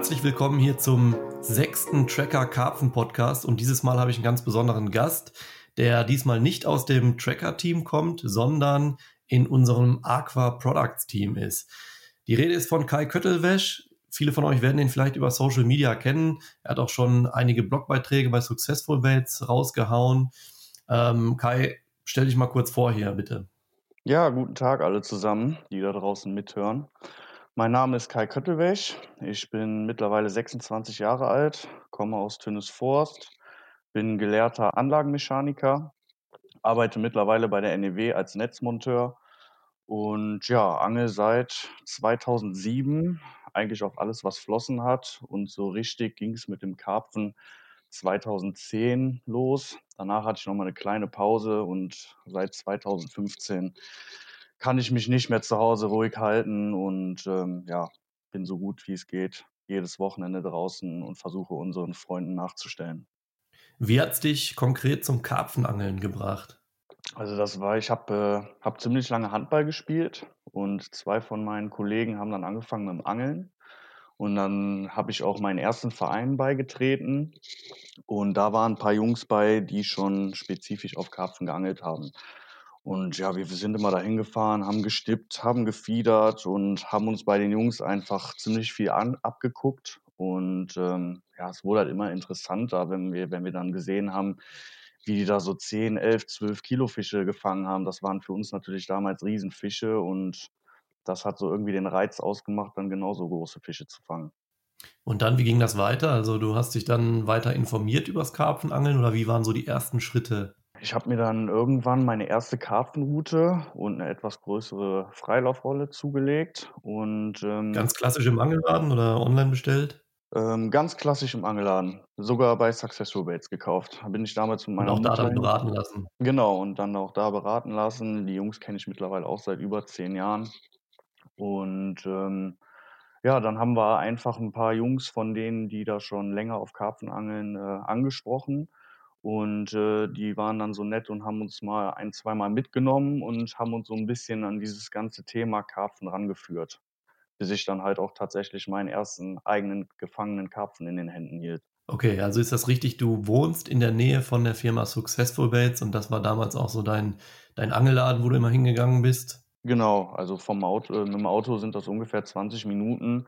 Herzlich willkommen hier zum 6. Tracker Karpfen Podcast und dieses Mal habe ich einen ganz besonderen Gast, der diesmal nicht aus dem Tracker-Team kommt, sondern in unserem Aqua Products Team ist. Die Rede ist von Kai Köttelwesch. Viele von euch werden ihn vielleicht über Social Media kennen. Er hat auch schon einige Blogbeiträge bei Successful Baits rausgehauen. Kai, stell dich mal kurz vor hier, bitte. Ja, guten Tag alle zusammen, die da draußen mithören. Mein Name ist Kai Köttelwesch. Ich bin mittlerweile 26 Jahre alt, komme aus Tönnesforst, bin gelehrter Anlagenmechaniker, arbeite mittlerweile bei der NEW als Netzmonteur und ja, angel seit 2007 eigentlich auf alles, was Flossen hat. Und so richtig ging es mit dem Karpfen 2010 los. Danach hatte ich noch mal eine kleine Pause und seit 2015 kann ich mich nicht mehr zu Hause ruhig halten und ja, bin so gut wie es geht jedes Wochenende draußen und versuche unseren Freunden nachzustellen. Wie hat's dich konkret zum Karpfenangeln gebracht? Also ich habe ziemlich lange Handball gespielt und 2 von meinen Kollegen haben dann angefangen mit dem Angeln. Und dann habe ich auch meinen ersten Verein beigetreten und da waren ein paar Jungs bei, die schon spezifisch auf Karpfen geangelt haben. Und ja, wir sind immer dahin gefahren, haben gestippt, haben gefiedert und haben uns bei den Jungs einfach ziemlich viel abgeguckt. Und ja, es wurde halt immer interessanter, wenn wir dann gesehen haben, wie die da so 10, 11, 12 Kilo Fische gefangen haben. Das waren für uns natürlich damals Riesenfische und das hat so irgendwie den Reiz ausgemacht, dann genauso große Fische zu fangen. Und dann, wie ging das weiter? Also du hast dich dann weiter informiert übers Karpfenangeln oder wie waren so die ersten Schritte? Ich habe mir dann irgendwann meine erste Karpfenroute und eine etwas größere Freilaufrolle zugelegt und Ganz klassisch im Angelladen oder online bestellt? ganz klassisch im Angelladen, sogar bei Successful Baits gekauft. Da bin ich damals mit Und meiner auch da Mutter dann hin. beraten lassen? Genau, und dann auch da beraten lassen. Die Jungs kenne ich mittlerweile auch seit über 10 Jahren. Und ja, dann haben wir einfach ein paar Jungs von denen, die da schon länger auf Karpfen angeln, angesprochen. Und die waren dann so nett und haben uns mal ein zweimal mitgenommen und haben uns so ein bisschen an dieses ganze Thema Karpfen rangeführt, bis ich dann halt auch tatsächlich meinen ersten eigenen gefangenen Karpfen in den Händen hielt. Okay, also ist das richtig, du wohnst in der Nähe von der Firma Successful Baits und das war damals auch so dein Angelladen, wo du immer hingegangen bist? Genau, also mit dem Auto sind das ungefähr 20 Minuten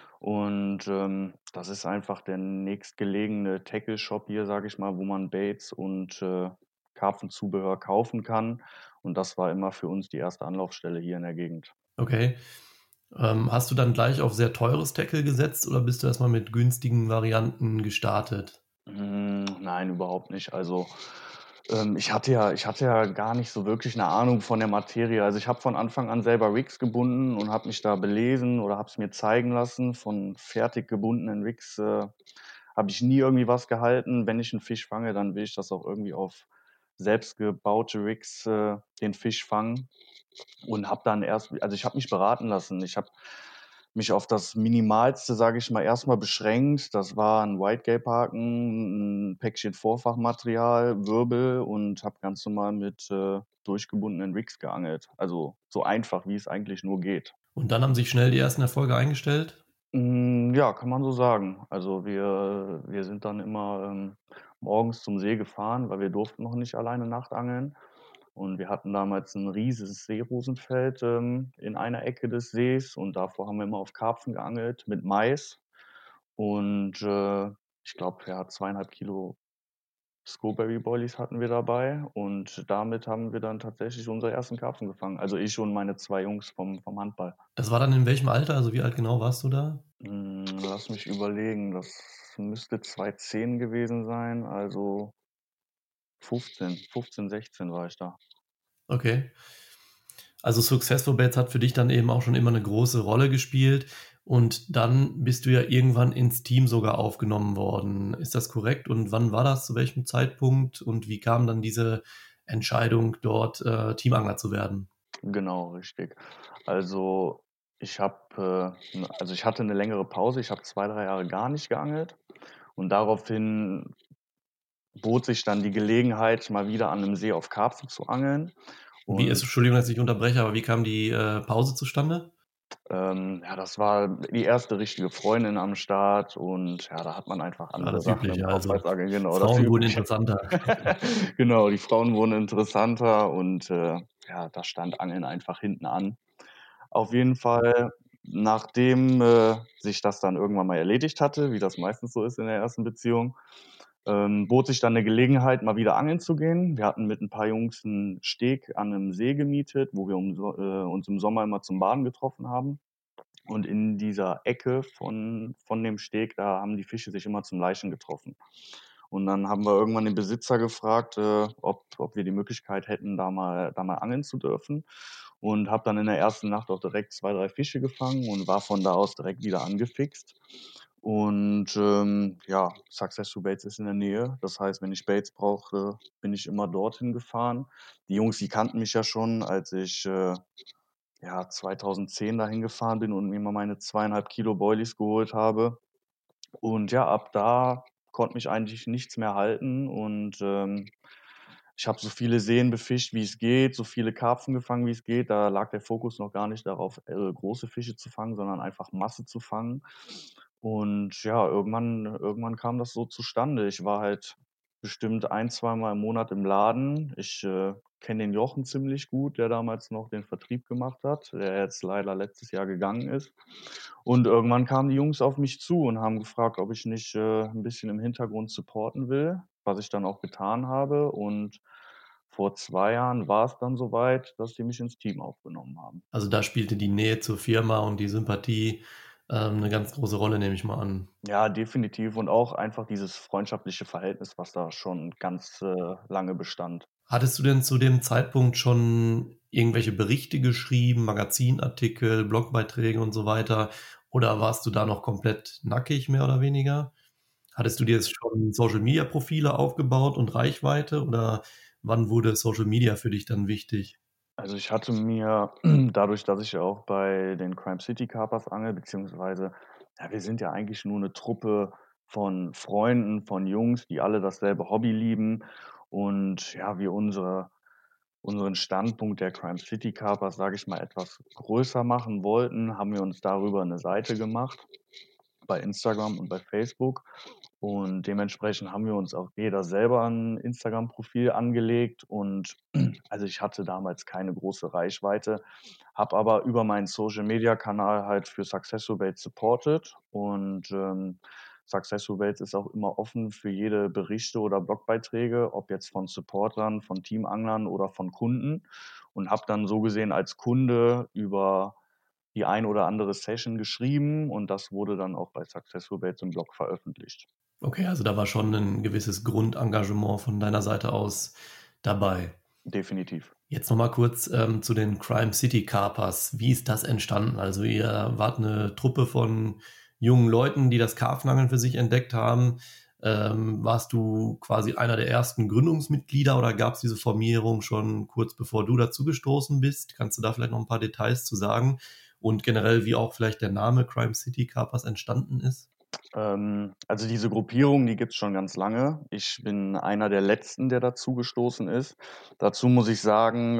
und das ist einfach der nächstgelegene Tackle-Shop hier, sage ich mal, wo man Baits und Karpfenzubehör kaufen kann. Und das war immer für uns die erste Anlaufstelle hier in der Gegend. Okay. Hast du dann gleich auf sehr teures Tackle gesetzt oder bist du erstmal mit günstigen Varianten gestartet? Nein, überhaupt nicht. Also ich hatte ja gar nicht so wirklich eine Ahnung von der Materie. Also ich habe von Anfang an selber Rigs gebunden und habe mich da belesen oder habe es mir zeigen lassen. Von fertig gebundenen Rigs habe ich nie irgendwie was gehalten. Wenn ich einen Fisch fange, dann will ich das auch irgendwie auf selbstgebaute Rigs den Fisch fangen. Und habe dann also ich habe mich beraten lassen. Ich habe mich auf das Minimalste, sage ich mal, erstmal beschränkt. Das war ein Whitegap-Haken, ein Päckchen Vorfachmaterial, Wirbel und habe ganz normal mit durchgebundenen Rigs geangelt. Also so einfach, wie es eigentlich nur geht. Und dann haben sich schnell die ersten Erfolge eingestellt? Ja, kann man so sagen. Also wir sind dann immer morgens zum See gefahren, weil wir durften noch nicht alleine nachtangeln. Und wir hatten damals ein riesiges Seerosenfeld in einer Ecke des Sees und davor haben wir immer auf Karpfen geangelt mit Mais. Und ich glaube, ja, 2,5 Kilo Scoberry Boilies hatten wir dabei und damit haben wir dann tatsächlich unsere ersten Karpfen gefangen. Also ich und meine 2 Jungs vom Handball. Das war dann in welchem Alter? Also wie alt genau warst du da? Lass mich überlegen, das müsste 2010 gewesen sein, also 15, 16 war ich da. Okay. Also Successful Baits hat für dich dann eben auch schon immer eine große Rolle gespielt und dann bist du ja irgendwann ins Team sogar aufgenommen worden. Ist das korrekt? Und wann war das? Zu welchem Zeitpunkt? Und wie kam dann diese Entscheidung, dort Teamangler zu werden? Genau, richtig. Also ich hatte eine längere Pause. Ich habe 2, 3 Jahre gar nicht geangelt und daraufhin bot sich dann die Gelegenheit, mal wieder an einem See auf Karpfen zu angeln. Wie ist, Und Entschuldigung, dass ich unterbreche, aber wie kam die Pause zustande? Ja, das war die erste richtige Freundin am Start und ja, da hat man einfach Ja, andere das Sachen im Übliche Kopf also. als Angeln, genau, das Frauen wurden Übliche. interessanter. Genau, die Frauen wurden interessanter und, ja, da stand Angeln einfach hinten an. Auf jeden Fall, nachdem, sich das dann irgendwann mal erledigt hatte, wie das meistens so ist in der ersten Beziehung, bot sich dann 'ne Gelegenheit, mal wieder angeln zu gehen. Wir hatten mit 'n paar Jungs 'n Steg an 'nem See gemietet, wo wir uns im Sommer immer zum Baden getroffen haben. Und in dieser Ecke von dem Steg, da haben die Fische sich immer zum Laichen getroffen. Und dann haben wir irgendwann den Besitzer gefragt, ob wir die Möglichkeit hätten, da mal angeln zu dürfen. Und habe dann in der ersten Nacht auch direkt 2, 3 Fische gefangen und war von da aus direkt wieder angefixt. Und, ja, Success to Baits ist in der Nähe. Das heißt, wenn ich Baits brauchte, bin ich immer dorthin gefahren. Die Jungs, die kannten mich ja schon, als ich, ja, 2010 dahin gefahren bin und mir mal meine 2,5 Kilo Boilies geholt habe. Und ja, ab da konnte mich eigentlich nichts mehr halten und, ich habe so viele Seen befischt, wie es geht, so viele Karpfen gefangen, wie es geht. Da lag der Fokus noch gar nicht darauf, große Fische zu fangen, sondern einfach Masse zu fangen. Und ja, irgendwann kam das so zustande. Ich war halt bestimmt ein zweimal im Monat im Laden. Ich, kenne den Jochen ziemlich gut, der damals noch den Vertrieb gemacht hat, der jetzt leider letztes Jahr gegangen ist. Und irgendwann kamen die Jungs auf mich zu und haben gefragt, ob ich nicht, 'n bisschen im Hintergrund supporten will, was ich dann auch getan habe. Und vor 2 Jahren war es dann so weit, dass die mich ins Team aufgenommen haben. Also, da spielte die Nähe zur Firma und die Sympathie, 'ne ganz große Rolle, nehme ich mal an. Ja, definitiv und auch einfach dieses freundschaftliche Verhältnis, was da schon ganz, lange bestand. Hattest du denn zu dem Zeitpunkt schon irgendwelche Berichte geschrieben, Magazinartikel, Blogbeiträge und so weiter? Oder warst du da noch komplett nackig, mehr oder weniger? Hattest du dir jetzt schon Social-Media-Profile aufgebaut und Reichweite oder wann wurde Social Media für dich dann wichtig? Also, ich hatte mir dadurch, dass ich ja auch bei den Crime City Kapers angel, beziehungsweise, ja, wir sind ja eigentlich nur 'ne Truppe von Freunden, von Jungs, die alle dasselbe Hobby lieben und ja, wir unseren Standpunkt der Crime City Kapers, sage ich mal, etwas größer machen wollten, haben wir uns darüber 'ne Seite gemacht bei Instagram und bei Facebook. Und dementsprechend haben wir uns auch jeder selber 'n Instagram-Profil angelegt und also, ich hatte damals keine große Reichweite, habe aber über meinen Social-Media-Kanal halt für Successful Baits supportet und, Successful Baits ist auch immer offen für jede Berichte oder Blogbeiträge, ob jetzt von Supportern, von Teamanglern oder von Kunden und habe dann so gesehen als Kunde über die ein oder andere Session geschrieben und das wurde dann auch bei Successful Baits im Blog veröffentlicht. Okay, also da war schon 'n gewisses Grundengagement von deiner Seite aus dabei. Definitiv. Jetzt noch mal kurz, zu den Crime City Kapers. Wie ist das entstanden? Also, ihr wart 'ne Truppe von jungen Leuten, die das Karpfenangeln für sich entdeckt haben. Warst du quasi einer der ersten Gründungsmitglieder oder gab's diese Formierung schon kurz bevor du dazugestoßen bist? Kannst du da vielleicht noch 'n paar Details zu sagen? Und generell, wie auch vielleicht der Name Crime City Kapers entstanden ist? Also diese Gruppierung, die gibt's schon ganz lange. Ich bin einer der Letzten, der dazugestoßen ist. Dazu muss ich sagen,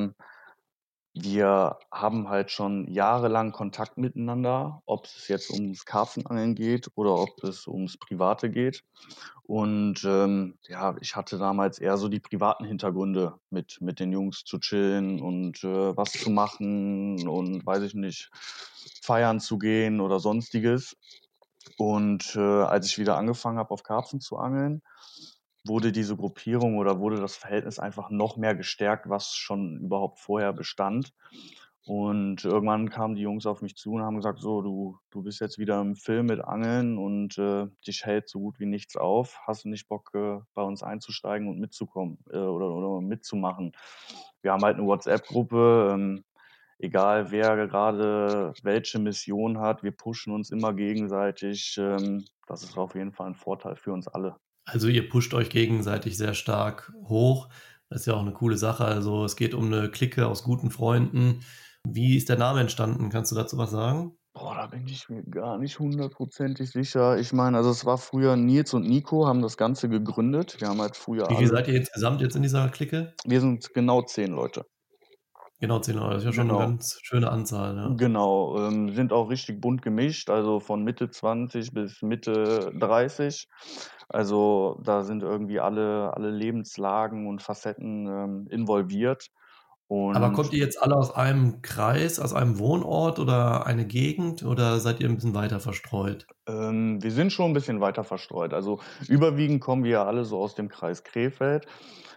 wir haben halt schon jahrelang Kontakt miteinander, ob es jetzt ums Karpfenangeln geht oder ob es ums Private geht. Und, ja, ich hatte damals eher so die privaten Hintergründe, mit den Jungs zu chillen und, was zu machen und weiß ich nicht, feiern zu gehen oder Sonstiges. Und, als ich wieder angefangen habe, auf Karpfen zu angeln, wurde diese Gruppierung oder wurde das Verhältnis einfach noch mehr gestärkt, was schon überhaupt vorher bestand. Und irgendwann kamen die Jungs auf mich zu und haben gesagt: „So, du bist jetzt wieder im Film mit Angeln und, dich hält so gut wie nichts auf. Hast du nicht Bock, bei uns einzusteigen und mitzukommen, oder mitzumachen?“ Wir haben halt 'ne WhatsApp-Gruppe, egal wer gerade welche Mission hat, wir pushen uns immer gegenseitig. Das ist auf jeden Fall 'n Vorteil für uns alle. Also, ihr pusht euch gegenseitig sehr stark hoch. Das ist ja auch 'ne coole Sache. Also, es geht um 'ne Clique aus guten Freunden. Wie ist der Name entstanden? Kannst du dazu was sagen? Boah, da bin ich mir gar nicht hundertprozentig sicher. Ich meine, also, es war früher Nils und Nico haben das Ganze gegründet. Wir haben halt früher Wie viel alle seid ihr insgesamt jetzt in dieser Clique? wir sind genau 10 Leute. Genau, 10 Leute, das ist ja schon eine Genau. ganz schöne Anzahl, ja. Genau, sind auch richtig bunt gemischt, also von Mitte 20 bis Mitte 30. Also, da sind irgendwie alle Lebenslagen und Facetten, involviert. Aber Und kommt ihr jetzt alle aus einem Kreis, aus einem Wohnort oder eine Gegend oder seid ihr ein bisschen weiter verstreut? Wir sind schon ein bisschen weiter verstreut. Also, überwiegend kommen wir ja alle so aus dem Kreis Krefeld.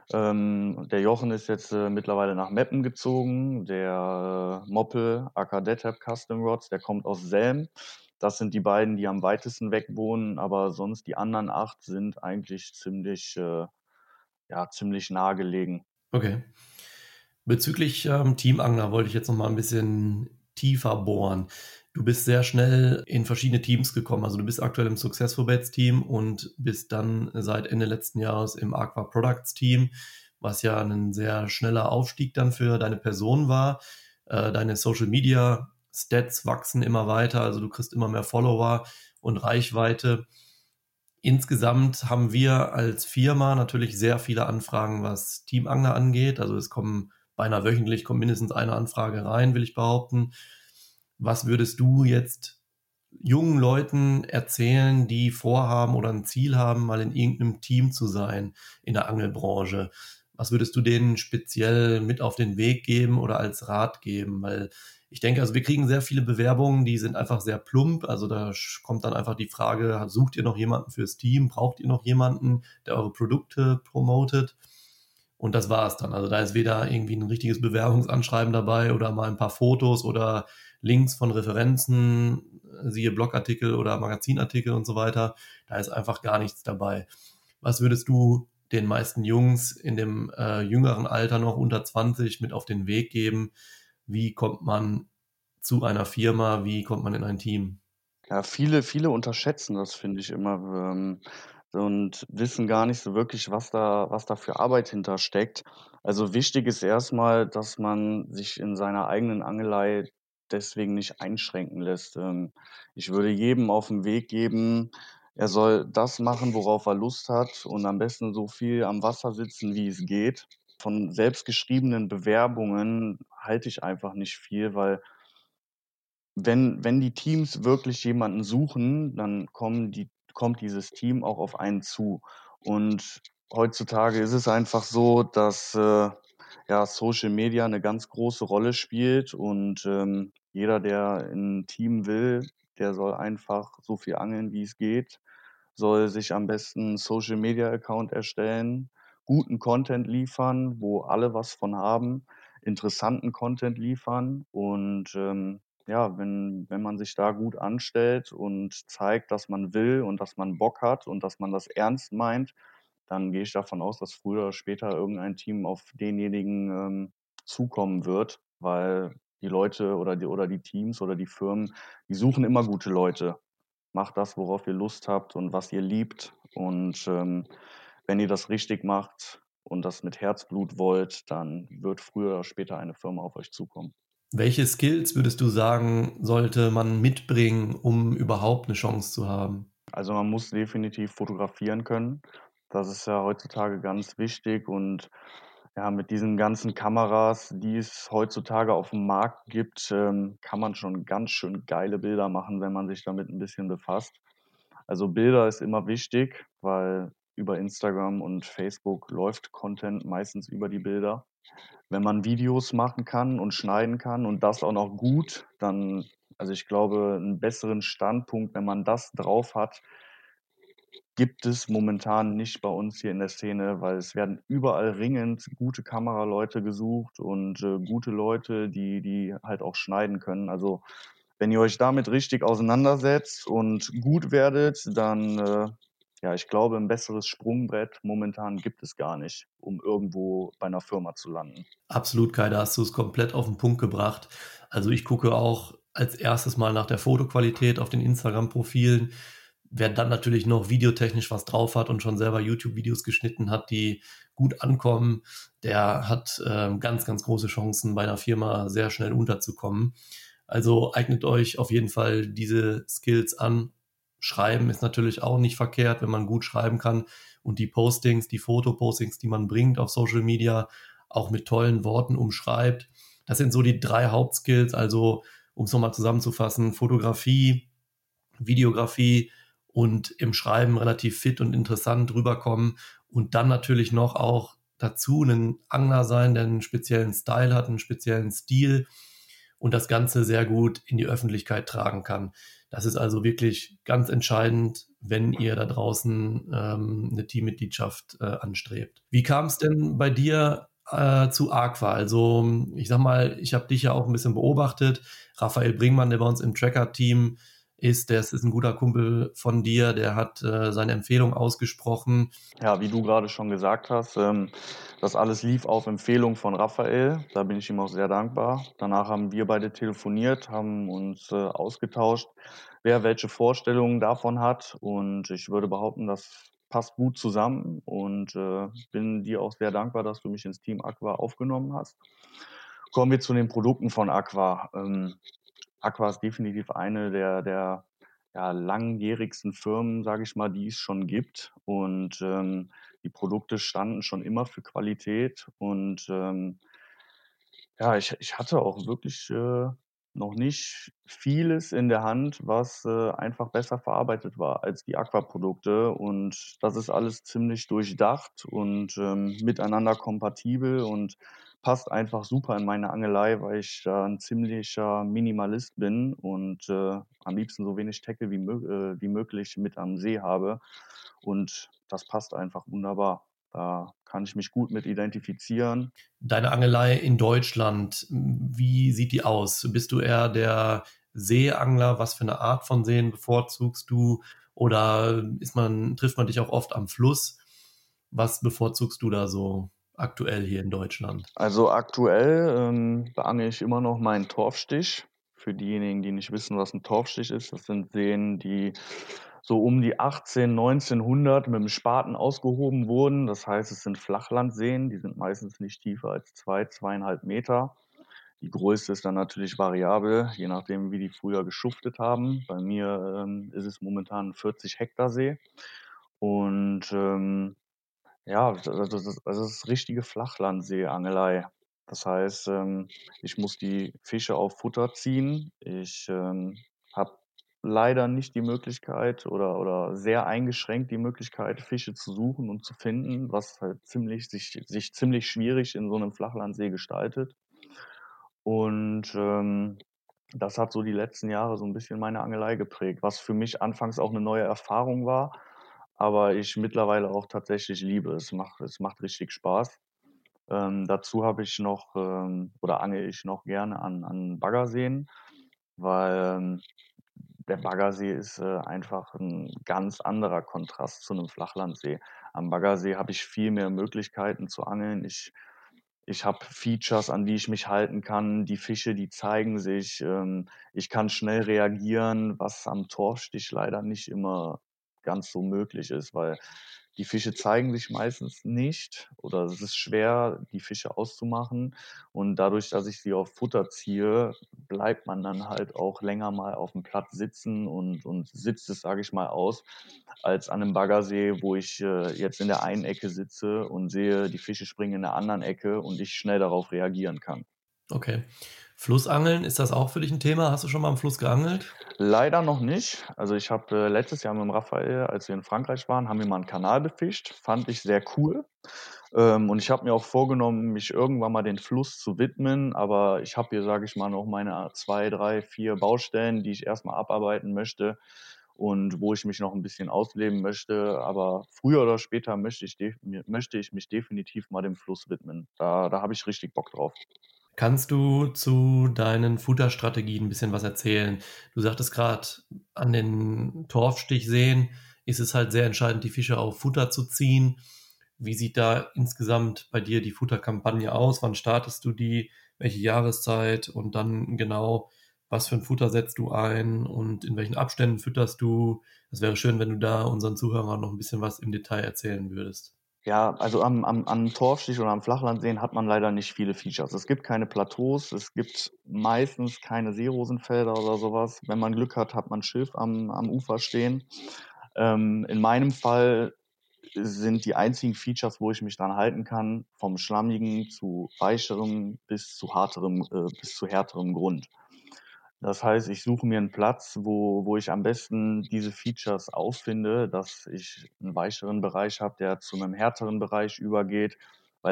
Der Jochen ist jetzt, mittlerweile nach Meppen gezogen. Der, Moppel, aka Deadhab Custom Rods, der kommt aus Selm. Das sind die beiden, die am weitesten weg wohnen, aber sonst die anderen 8 sind eigentlich ziemlich, ja, ziemlich nahegelegen. Okay. Bezüglich Teamangler wollte ich jetzt noch mal ein bisschen tiefer bohren. Du bist sehr schnell in verschiedene Teams gekommen. Also du bist aktuell im Successful Bets Team und bist dann seit Ende letzten Jahres im Aqua Products Team, was ja ein sehr schneller Aufstieg dann für deine Person war. Deine Social Media Stats wachsen immer weiter, also du kriegst immer mehr Follower und Reichweite. Insgesamt haben wir als Firma natürlich sehr viele Anfragen, was Teamangler angeht. Also es kommen beinahe wöchentlich kommt mindestens eine Anfrage rein, will ich behaupten. Was würdest du jetzt jungen Leuten erzählen, die vorhaben oder ein Ziel haben, mal in irgendeinem Team zu sein in der Angelbranche? Was würdest du denen speziell mit auf den Weg geben oder als Rat geben? Weil ich denke, also wir kriegen sehr viele Bewerbungen, die sind einfach sehr plump. Also da kommt dann einfach die Frage, sucht ihr noch jemanden fürs Team? Braucht ihr noch jemanden, der eure Produkte promotet? Und das war es dann. Also da ist weder irgendwie ein richtiges Bewerbungsanschreiben dabei oder mal ein paar Fotos oder Links von Referenzen, siehe Blogartikel oder Magazinartikel und so weiter. Da ist einfach gar nichts dabei. Was würdest du den meisten Jungs in dem jüngeren Alter noch unter 20 mit auf den Weg geben? Wie kommt man zu einer Firma? Wie kommt man in ein Team? Ja, viele unterschätzen das, finde ich immer, und wissen gar nicht so wirklich, was da für Arbeit hintersteckt. Also, wichtig ist erstmal, dass man sich in seiner eigenen Angelei deswegen nicht einschränken lässt. Ich würde jedem auf 'n Weg geben, er soll das machen, worauf er Lust hat und am besten so viel am Wasser sitzen, wie es geht. Von selbstgeschriebenen Bewerbungen halte ich einfach nicht viel, weil wenn die Teams wirklich jemanden suchen, dann kommt dieses Team auch auf einen zu. Und heutzutage ist es einfach so, dass, ja, Social Media eine ganz große Rolle spielt und, jeder, der in 'n Team will, der soll einfach so viel angeln, wie es geht, soll sich am besten 'n Social-Media-Account erstellen, guten Content liefern, wo alle was von haben, interessanten Content liefern und, ja, wenn man sich da gut anstellt und zeigt, dass man will und dass man Bock hat und dass man das ernst meint, dann gehe ich davon aus, dass früher oder später irgendein Team auf denjenigen, zukommen wird, weil die Leute oder die Teams oder die Firmen, die suchen immer gute Leute. Macht das, worauf ihr Lust habt und was ihr liebt. Und, wenn ihr das richtig macht und das mit Herzblut wollt, dann wird früher oder später eine Firma auf euch zukommen. Welche Skills würdest du sagen, sollte man mitbringen, um überhaupt eine Chance zu haben? Also, man muss definitiv fotografieren können. Das ist ja heutzutage ganz wichtig und ja, mit diesen ganzen Kameras, die es heutzutage auf dem Markt gibt, kann man schon ganz schön geile Bilder machen, wenn man sich damit ein bisschen befasst. Also, Bilder ist immer wichtig, weil über Instagram und Facebook läuft Content meistens über die Bilder. Wenn man Videos machen kann und schneiden kann und das auch noch gut, dann also, ich glaube, 'n besseren Standpunkt, wenn man das drauf hat, gibt es momentan nicht bei uns hier in der Szene, weil es werden überall ringend gute Kameraleute gesucht und, gute Leute, die halt auch schneiden können. Also, wenn ihr euch damit richtig auseinandersetzt und gut werdet, dann, ja, ich glaube, 'n besseres Sprungbrett momentan gibt es gar nicht, um irgendwo bei 'ner Firma zu landen. Absolut, Kai, da hast du es komplett auf den Punkt gebracht. Also ich gucke auch als erstes mal nach der Fotoqualität auf den Instagram-Profilen. Wer dann natürlich noch videotechnisch was drauf hat und schon selber YouTube-Videos geschnitten hat, die gut ankommen, der hat ganz, ganz große Chancen, bei einer Firma sehr schnell unterzukommen. Also eignet euch auf jeden Fall diese Skills an. Schreiben ist natürlich auch nicht verkehrt, wenn man gut schreiben kann und die Postings, die Fotopostings, die man bringt auf Social Media, auch mit tollen Worten umschreibt. Das sind so die 3 Hauptskills, also um es nochmal zusammenzufassen, Fotografie, Videografie und im Schreiben relativ fit und interessant rüberkommen und dann natürlich noch auch dazu ein Angler sein, der einen speziellen Style hat, einen speziellen Stil und das Ganze sehr gut in die Öffentlichkeit tragen kann. Das ist also wirklich ganz entscheidend, wenn ihr da draußen eine Teammitgliedschaft anstrebt. Wie kam es denn bei dir zu Aqua? Also ich sag mal, ich habe dich ja auch ein bisschen beobachtet. Raphael Bringmann, der bei uns im Tracker-Team ist, der ist ein guter Kumpel von dir, der hat seine Empfehlung ausgesprochen. Ja, wie du gerade schon gesagt hast, das alles lief auf Empfehlung von Raphael. Da bin ich ihm auch sehr dankbar. Danach haben wir beide telefoniert, haben uns ausgetauscht, wer welche Vorstellungen davon hat. Und ich würde behaupten, das passt gut zusammen und bin dir auch sehr dankbar, dass du mich ins Team Aqua aufgenommen hast. Kommen wir zu den Produkten von Aqua. Aqua ist definitiv eine der ja, langjährigsten Firmen, sage ich mal, die es schon gibt. Und die Produkte standen schon immer für Qualität. Und ja, ich hatte auch wirklich noch nicht vieles in der Hand, was einfach besser verarbeitet war als die Aqua-Produkte. Und das ist alles ziemlich durchdacht und miteinander kompatibel und passt einfach super in meine Angelei, weil ich da ein ziemlicher Minimalist bin und am liebsten so wenig Tackle wie möglich mit am See habe. Und das passt einfach wunderbar. Da kann ich mich gut mit identifizieren. Deine Angelei in Deutschland, wie sieht die aus? Bist du eher der Seeangler? Was für eine Art von Seen bevorzugst du? Oder trifft man dich auch oft am Fluss? Was bevorzugst du da so aktuell hier in Deutschland? Also aktuell beangel ich immer noch meinen Torfstich. Für diejenigen, die nicht wissen, was ein Torfstich ist, das sind Seen, die so um die 18, 1900 mit dem Spaten ausgehoben wurden. Das heißt, es sind Flachlandseen, die sind meistens nicht tiefer als 2, 2,5 Meter. Die Größe ist dann natürlich variabel, je nachdem, wie die früher geschuftet haben. Bei mir ist es momentan ein 40 Hektar See. Und ja, das ist richtige Flachlandseeangelei. Das heißt, ich muss die Fische auf Futter ziehen. Ich habe leider nicht die Möglichkeit oder sehr eingeschränkt die Möglichkeit, Fische zu suchen und zu finden, was halt sich ziemlich schwierig in so einem Flachlandsee gestaltet. Und das hat so die letzten Jahre so ein bisschen meine Angelei geprägt, was für mich anfangs auch eine neue Erfahrung war, aber ich mittlerweile auch tatsächlich liebe. Es macht richtig Spaß. Dazu habe ich noch oder angel ich noch gerne an Baggerseen, weil der Baggersee ist einfach ein ganz anderer Kontrast zu einem Flachlandsee. Am Baggersee habe ich viel mehr Möglichkeiten zu angeln. Ich habe Features, an die ich mich halten kann. Die Fische, die zeigen sich. Ich kann schnell reagieren, was am Torfstich leider nicht immer ganz so möglich ist, weil die Fische zeigen sich meistens nicht oder es ist schwer, die Fische auszumachen. Und dadurch, dass ich sie auf Futter ziehe, bleibt man dann halt auch länger mal auf dem Platz sitzen und sitzt es, sage ich mal, aus, als an einem Baggersee, wo ich jetzt in der einen Ecke sitze und sehe, die Fische springen in der anderen Ecke und ich schnell darauf reagieren kann. Okay. Flussangeln, ist das auch für dich ein Thema? Hast du schon mal am Fluss geangelt? Leider noch nicht. Also ich habe letztes Jahr mit dem Raphael, als wir in Frankreich waren, haben wir mal einen Kanal befischt. Fand ich sehr cool. Und ich habe mir auch vorgenommen, mich irgendwann mal den Fluss zu widmen. Aber ich habe hier, sage ich mal, noch meine 2, 3, 4 Baustellen, die ich erstmal abarbeiten möchte und wo ich mich noch ein bisschen ausleben möchte. Aber früher oder später möchte ich mich definitiv mal dem Fluss widmen. Da habe ich richtig Bock drauf. Kannst du zu deinen Futterstrategien ein bisschen was erzählen? Du sagtest gerade, an den Torfstichseen ist es halt sehr entscheidend, die Fische auf Futter zu ziehen. Wie sieht da insgesamt bei dir die Futterkampagne aus? Wann startest du die? Welche Jahreszeit? Und dann genau, was für ein Futter setzt du ein und in welchen Abständen fütterst du? Es wäre schön, wenn du da unseren Zuhörern noch ein bisschen was im Detail erzählen würdest. Ja, also am Torfstich oder am Flachlandseen hat man leider nicht viele Features. Es gibt keine Plateaus, es gibt meistens keine Seerosenfelder oder sowas. Wenn man Glück hat, hat man Schilf am Ufer stehen. In meinem Fall sind die einzigen Features, wo ich mich dran halten kann, vom schlammigen zu weicherem bis zu härterem Grund. Das heißt, ich suche mir einen Platz, wo ich am besten diese Features auffinde, dass ich einen weicheren Bereich habe, der zu einem härteren Bereich übergeht, weil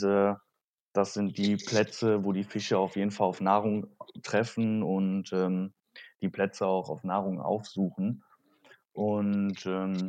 das sind die Plätze, wo die Fische auf jeden Fall auf Nahrung treffen und, die Plätze auch auf Nahrung aufsuchen. Und,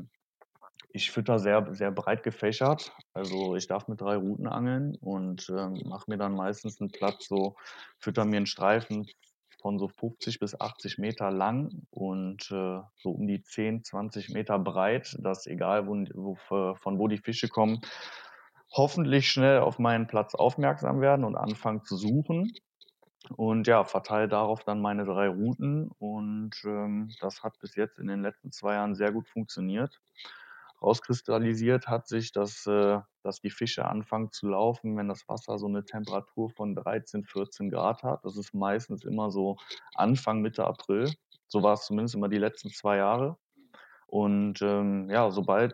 ich fütter sehr breit gefächert. Also, ich darf mit 3 Routen angeln und, mache mir dann meistens einen Platz fütter mir einen Streifen von so 50 bis 80 Meter lang und, so um die 10, 20 Meter breit, dass egal von wo die Fische kommen, hoffentlich schnell auf meinen Platz aufmerksam werden und anfangen zu suchen. Und ja, verteile darauf dann meine 3 Routen und, das hat bis jetzt in den letzten 2 Jahren sehr gut funktioniert. Rauskristallisiert hat sich, dass die Fische anfangen zu laufen, wenn das Wasser so eine Temperatur von 13, 14 Grad hat. Das ist meistens immer so Anfang, Mitte April. So war es zumindest immer die letzten 2 Jahre. Und, ja,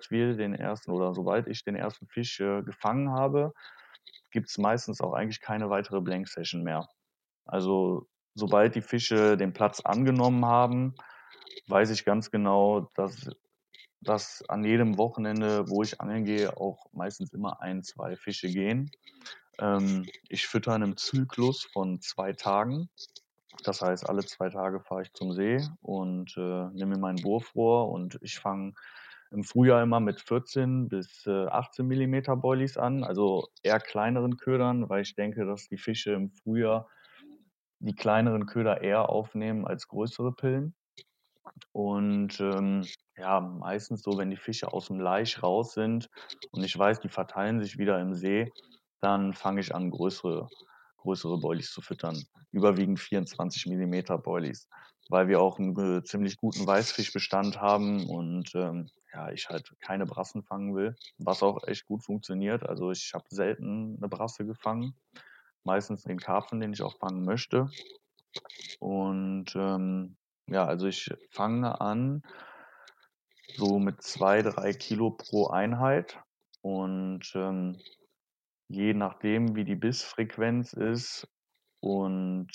sobald ich den ersten Fisch, gefangen habe, gibt es meistens auch eigentlich keine weitere Blank Session mehr. Also, sobald die Fische den Platz angenommen haben, weiß ich ganz genau, dass an jedem Wochenende, wo ich angeln gehe, auch meistens immer 1, 2 Fische gehen. Ich fütter in 'nem Zyklus von 2 Tagen. Das heißt, alle 2 Tage fahre ich zum See und, nehme mir mein Wurfrohr und ich fange im Frühjahr immer mit 14 bis, 18 Millimeter Boilies an, also eher kleineren Ködern, weil ich denke, dass die Fische im Frühjahr die kleineren Köder eher aufnehmen als größere Pillen. Und, ja, meistens so, wenn die Fische aus dem Laich raus sind und ich weiß, die verteilen sich wieder im See, dann fange ich an, größere Boilies zu füttern. Überwiegend 24 Millimeter Boilies, weil wir auch einen ziemlich guten Weißfischbestand haben und, ja, ich halt keine Brassen fangen will, was auch echt gut funktioniert. Also, ich habe selten eine Brasse gefangen, meistens den Karpfen, den ich auch fangen möchte. Und, ja, also ich fange an so mit 2, 3 Kilo pro Einheit und, je nachdem, wie die Bissfrequenz ist und,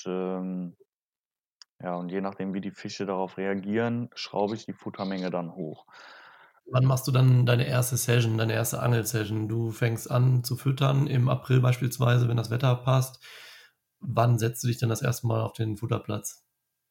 ja, und je nachdem, wie die Fische darauf reagieren, schraube ich die Futtermenge dann hoch. Wann machst du dann deine erste Session, deine erste Angelsession? Du fängst an zu füttern im April beispielsweise, wenn das Wetter passt. Wann setzt du dich dann das erste Mal auf den Futterplatz?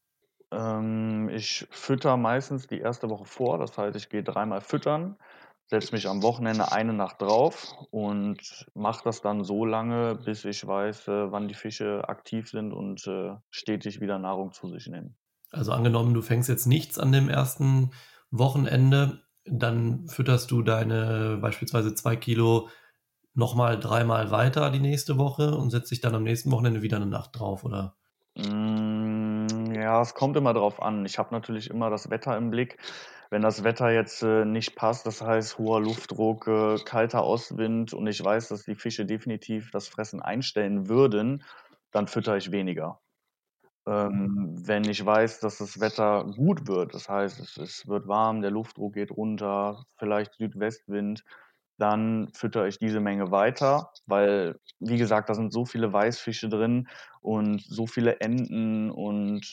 Ich fütter meistens die erste Woche vor, das heißt, ich gehe dreimal füttern, setze mich am Wochenende eine Nacht drauf und mache das dann so lange, bis ich weiß, wann die Fische aktiv sind und, stetig wieder Nahrung zu sich nehmen. Also angenommen, du fängst jetzt nichts an dem ersten Wochenende, dann fütterst du deine beispielsweise 2 Kilo nochmal dreimal weiter die nächste Woche und setzt dich dann am nächsten Wochenende wieder eine Nacht drauf, oder? Ja, es kommt immer drauf an. Ich habe natürlich immer das Wetter im Blick. Wenn das Wetter jetzt, nicht passt, das heißt hoher Luftdruck, kalter Ostwind und ich weiß, dass die Fische definitiv das Fressen einstellen würden, dann füttere ich weniger. Wenn ich weiß, dass das Wetter gut wird, das heißt, es wird warm, der Luftdruck geht runter, vielleicht Südwestwind, dann füttere ich diese Menge weiter, weil, wie gesagt, da sind so viele Weißfische drin und so viele Enten und,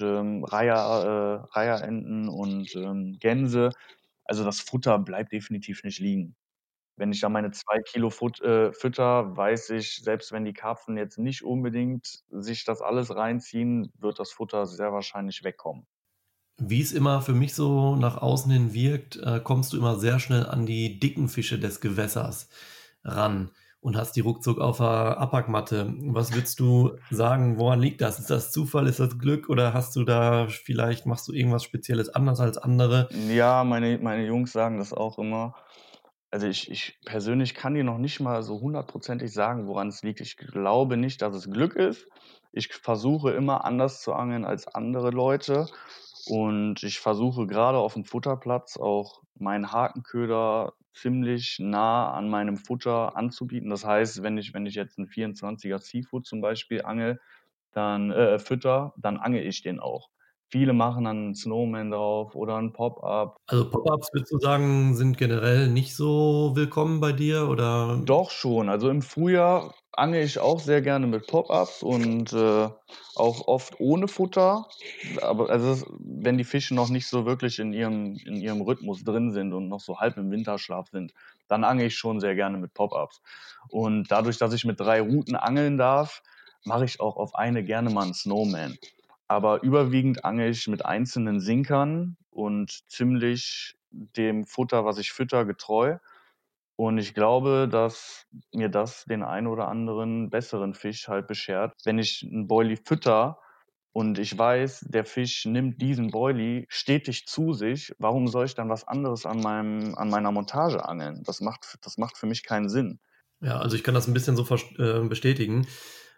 Reiherenten und, Gänse. Also, das Futter bleibt definitiv nicht liegen. Wenn ich da meine 2 Kilo fütter, weiß ich, selbst wenn die Karpfen jetzt nicht unbedingt sich das alles reinziehen, wird das Futter sehr wahrscheinlich wegkommen. Wie es immer für mich so nach außen hin wirkt, kommst du immer sehr schnell an die dicken Fische des Gewässers ran und hast die ruckzuck auf der Abpackmatte. Was würdest du sagen, woran liegt das? Ist das Zufall, ist das Glück oder hast du da vielleicht machst du irgendwas Spezielles anders als andere? Ja, meine Jungs sagen das auch immer. Also, ich persönlich kann dir noch nicht mal so hundertprozentig sagen, woran es liegt. Ich glaube nicht, dass es Glück ist. Ich versuche immer anders zu angeln als andere Leute und ich versuche grade aufm Futterplatz auch meinen Hakenköder ziemlich nah an meinem Futter anzubieten. Das heißt, wenn ich jetzt 'n 24er Seafood zum Beispiel fütter, dann angel ich den auch. Viele machen dann 'n Snowman drauf oder 'n Pop-up. Also Pop-ups, würdest du sagen, sind generell nicht so willkommen bei dir oder? Doch schon. Also, im Frühjahr angel ich auch sehr gerne mit Pop-ups und, auch oft ohne Futter. Aber also, wenn die Fische noch nicht so wirklich in ihrem Rhythmus drin sind und noch so halb im Winterschlaf sind, dann angel ich schon sehr gerne mit Pop-ups. Und dadurch, dass ich mit 3 Routen angeln darf, mache ich auch auf eine gerne mal 'n Snowman. Aber überwiegend angel ich mit einzelnen Sinkern und ziemlich dem Futter, was ich fütter, getreu. Und ich glaube, dass mir das den einen oder anderen besseren Fisch halt beschert. Wenn ich 'n Boilie fütter und ich weiß, der Fisch nimmt diesen Boilie stetig zu sich, warum soll ich dann was anderes an meiner Montage angeln? Das macht für mich keinen Sinn. Ja, also ich kann das ein bisschen so bestätigen.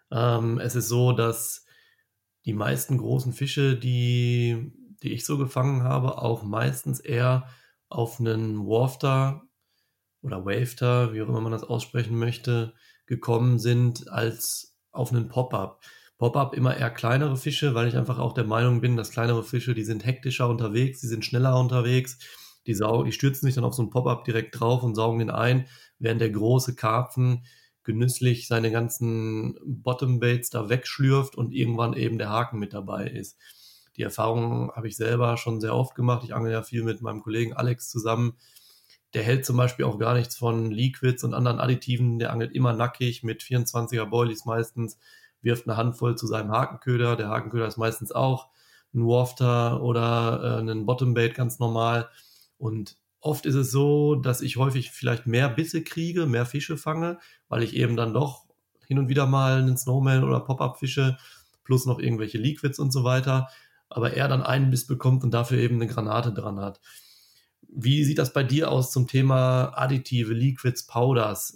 Es ist so, dass die meisten großen Fische, die ich so gefangen habe, auch meistens eher auf einen Wafter oder Wafter, wie auch immer man das aussprechen möchte, gekommen sind als auf einen Pop-up. Pop-up immer eher kleinere Fische, weil ich einfach auch der Meinung bin, dass kleinere Fische, die sind hektischer unterwegs, die sind schneller unterwegs, die stürzen sich dann auf so einen Pop-up direkt drauf und saugen den ein, während der große Karpfen genüsslich seine ganzen Bottom-Baits da wegschlürft und irgendwann eben der Haken mit dabei ist. Die Erfahrung habe ich selber schon sehr oft gemacht. Ich angel ja viel mit meinem Kollegen Alex zusammen. Der hält zum Beispiel auch gar nichts von Liquids und anderen Additiven. Der angelt immer nackig mit 24er Boilies meistens, wirft eine Handvoll zu seinem Hakenköder. Der Hakenköder ist meistens auch ein Wafter oder ein Bottombait ganz normal. Und oft ist es so, dass ich häufig vielleicht mehr Bisse kriege, mehr Fische fange, weil ich eben dann doch hin und wieder mal einen Snowman oder Pop-up fische, plus noch irgendwelche Liquids und so weiter. Aber er dann einen Biss bekommt und dafür eben eine Granate dran hat. Wie sieht das bei dir aus zum Thema Additive, Liquids, Powders?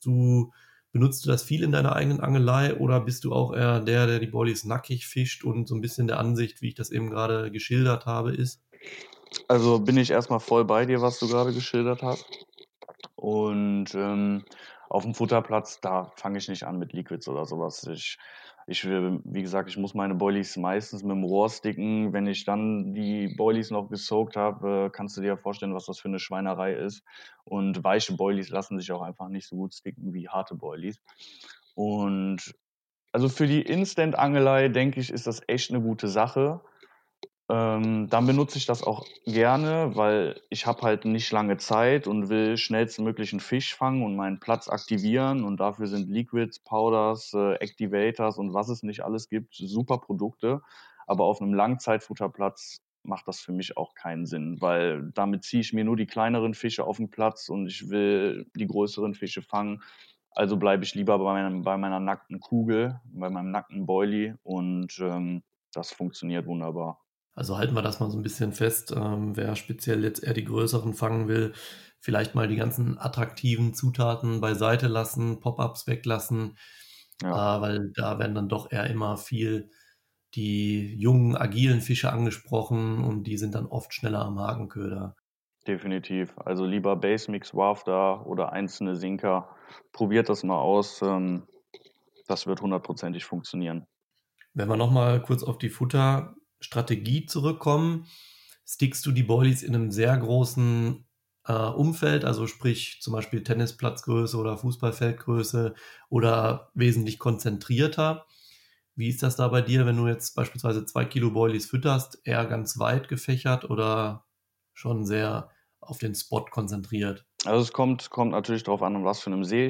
Benutzt du das viel in deiner eigenen Angelei oder bist du auch eher der die Boilies nackig fischt und so ein bisschen der Ansicht, wie ich das eben gerade geschildert habe, ist? Also, bin ich erst mal voll bei dir, was du grade geschildert hast. Und, auf'm Futterplatz, da fange ich nicht an mit Liquids oder so was. Wie gesagt, ich muss meine Boilies meistens mit'm Rohr sticken. Wenn ich dann die Boilies noch gesoakt habe, kannst du dir ja vorstellen, was das für 'ne Schweinerei ist. Und weiche Boilies lassen sich auch einfach nicht so gut sticken wie harte Boilies. Und also, für die Instant-Angelei, denke ich, ist das echt 'ne gute Sache. Dann benutze ich das auch gerne, weil ich habe halt nicht lange Zeit und will schnellstmöglich 'n Fisch fangen und meinen Platz aktivieren und dafür sind Liquids, Powders, Activators und was es nicht alles gibt, super Produkte. Aber auf 'nem Langzeitfutterplatz macht das für mich auch keinen Sinn, weil damit ziehe ich mir nur die kleineren Fische auf'n Platz und ich will die größeren Fische fangen. Also bleibe ich lieber bei meiner nackten Kugel, bei meinem nackten Boilie und, das funktioniert wunderbar. Also halten wir das mal so ein bisschen fest, wer speziell jetzt eher die größeren fangen will, vielleicht mal die ganzen attraktiven Zutaten beiseite lassen, Pop-ups weglassen, Ja. weil da werden dann doch eher immer viel die jungen, agilen Fische angesprochen und die sind dann oft schneller am Hakenköder. Definitiv. Also lieber Base Mix Rafter oder einzelne Sinker. Probiert das mal aus. Das wird hundertprozentig funktionieren. Wenn wir noch mal kurz auf die Futterstrategie zurückkommen, stickst du die Boilies in einem sehr großen, Umfeld, also sprich zum Beispiel Tennisplatzgröße oder Fußballfeldgröße oder wesentlich konzentrierter? Wie ist das da bei dir, wenn du jetzt beispielsweise 2 Kilo Boilies fütterst, eher ganz weit gefächert oder schon sehr auf den Spot konzentriert? Also es kommt natürlich darauf an was für 'nem See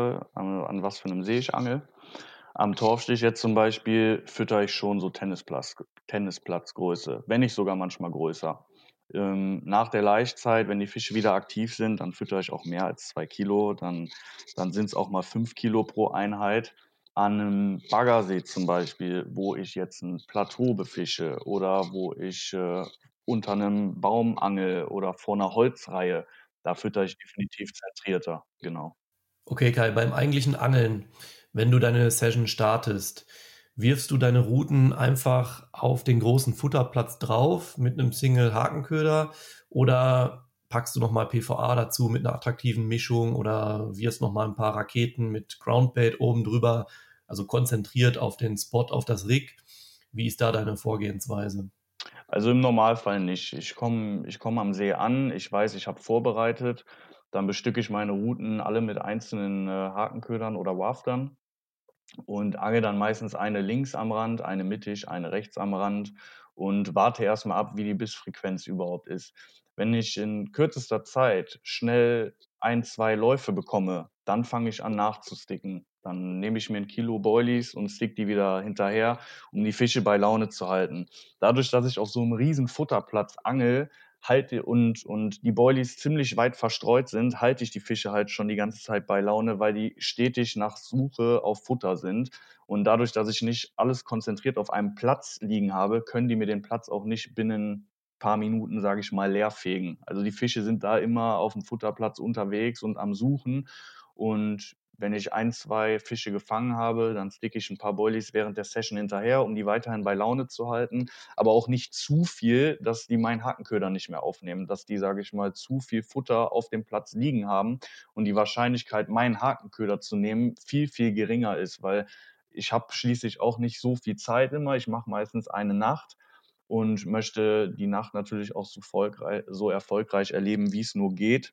an was für 'nem See ich angel. Am Torfstich jetzt zum Beispiel füttere ich schon so Tennisplatzgröße, wenn nicht sogar manchmal größer. Nach der Laichzeit, wenn die Fische wieder aktiv sind, dann füttere ich auch mehr als 2 Kilo. Dann sind's auch mal 5 Kilo pro Einheit. An 'nem Baggersee zum Beispiel, wo ich jetzt 'n Plateau befische oder wo ich, unter 'nem Baum angel oder vor 'ner Holzreihe, da füttere ich definitiv zentrierter, genau. Okay, Kai, beim eigentlichen Angeln, wenn du deine Session startest, wirfst du deine Routen einfach auf den großen Futterplatz drauf mit einem Single-Hakenköder oder packst du nochmal PVA dazu mit einer attraktiven Mischung oder wirfst nochmal ein paar Raketen mit Groundbait oben drüber, also konzentriert auf den Spot, auf das Rig? Wie ist da deine Vorgehensweise? Also im Normalfall nicht. Ich komme am See an, ich weiß, ich habe vorbereitet, dann bestücke ich meine Routen alle mit einzelnen Hakenködern oder Waftern und angel dann meistens eine links am Rand, eine mittig, eine rechts am Rand und warte erstmal ab, wie die Bissfrequenz überhaupt ist. Wenn ich in kürzester Zeit schnell ein, zwei Läufe bekomme, dann fange ich an nachzusticken. Dann nehme ich mir ein Kilo Boilies und stick die wieder hinterher, um die Fische bei Laune zu halten. Dadurch, dass ich auf so einem riesen Futterplatz angel, halte und die Boilies ziemlich weit verstreut sind, halte ich die Fische halt schon die ganze Zeit bei Laune, weil die stetig nach Suche auf Futter sind. Und dadurch, dass ich nicht alles konzentriert auf einem Platz liegen habe, können die mir den Platz auch nicht binnen paar Minuten, sage ich mal, leerfegen. Also die Fische sind da immer auf dem Futterplatz unterwegs und am Suchen. Und wenn ich ein, zwei Fische gefangen habe, dann sticke ich ein paar Boilies während der Session hinterher, um die weiterhin bei Laune zu halten, aber auch nicht zu viel, dass die meinen Hackenköder nicht mehr aufnehmen, dass die, sage ich mal, zu viel Futter auf dem Platz liegen haben und die Wahrscheinlichkeit, meinen Hakenköder zu nehmen, viel, viel geringer ist, weil ich habe schließlich auch nicht so viel Zeit immer. Ich mache meistens eine Nacht und möchte die Nacht natürlich auch so erfolgreich erleben, wie es nur geht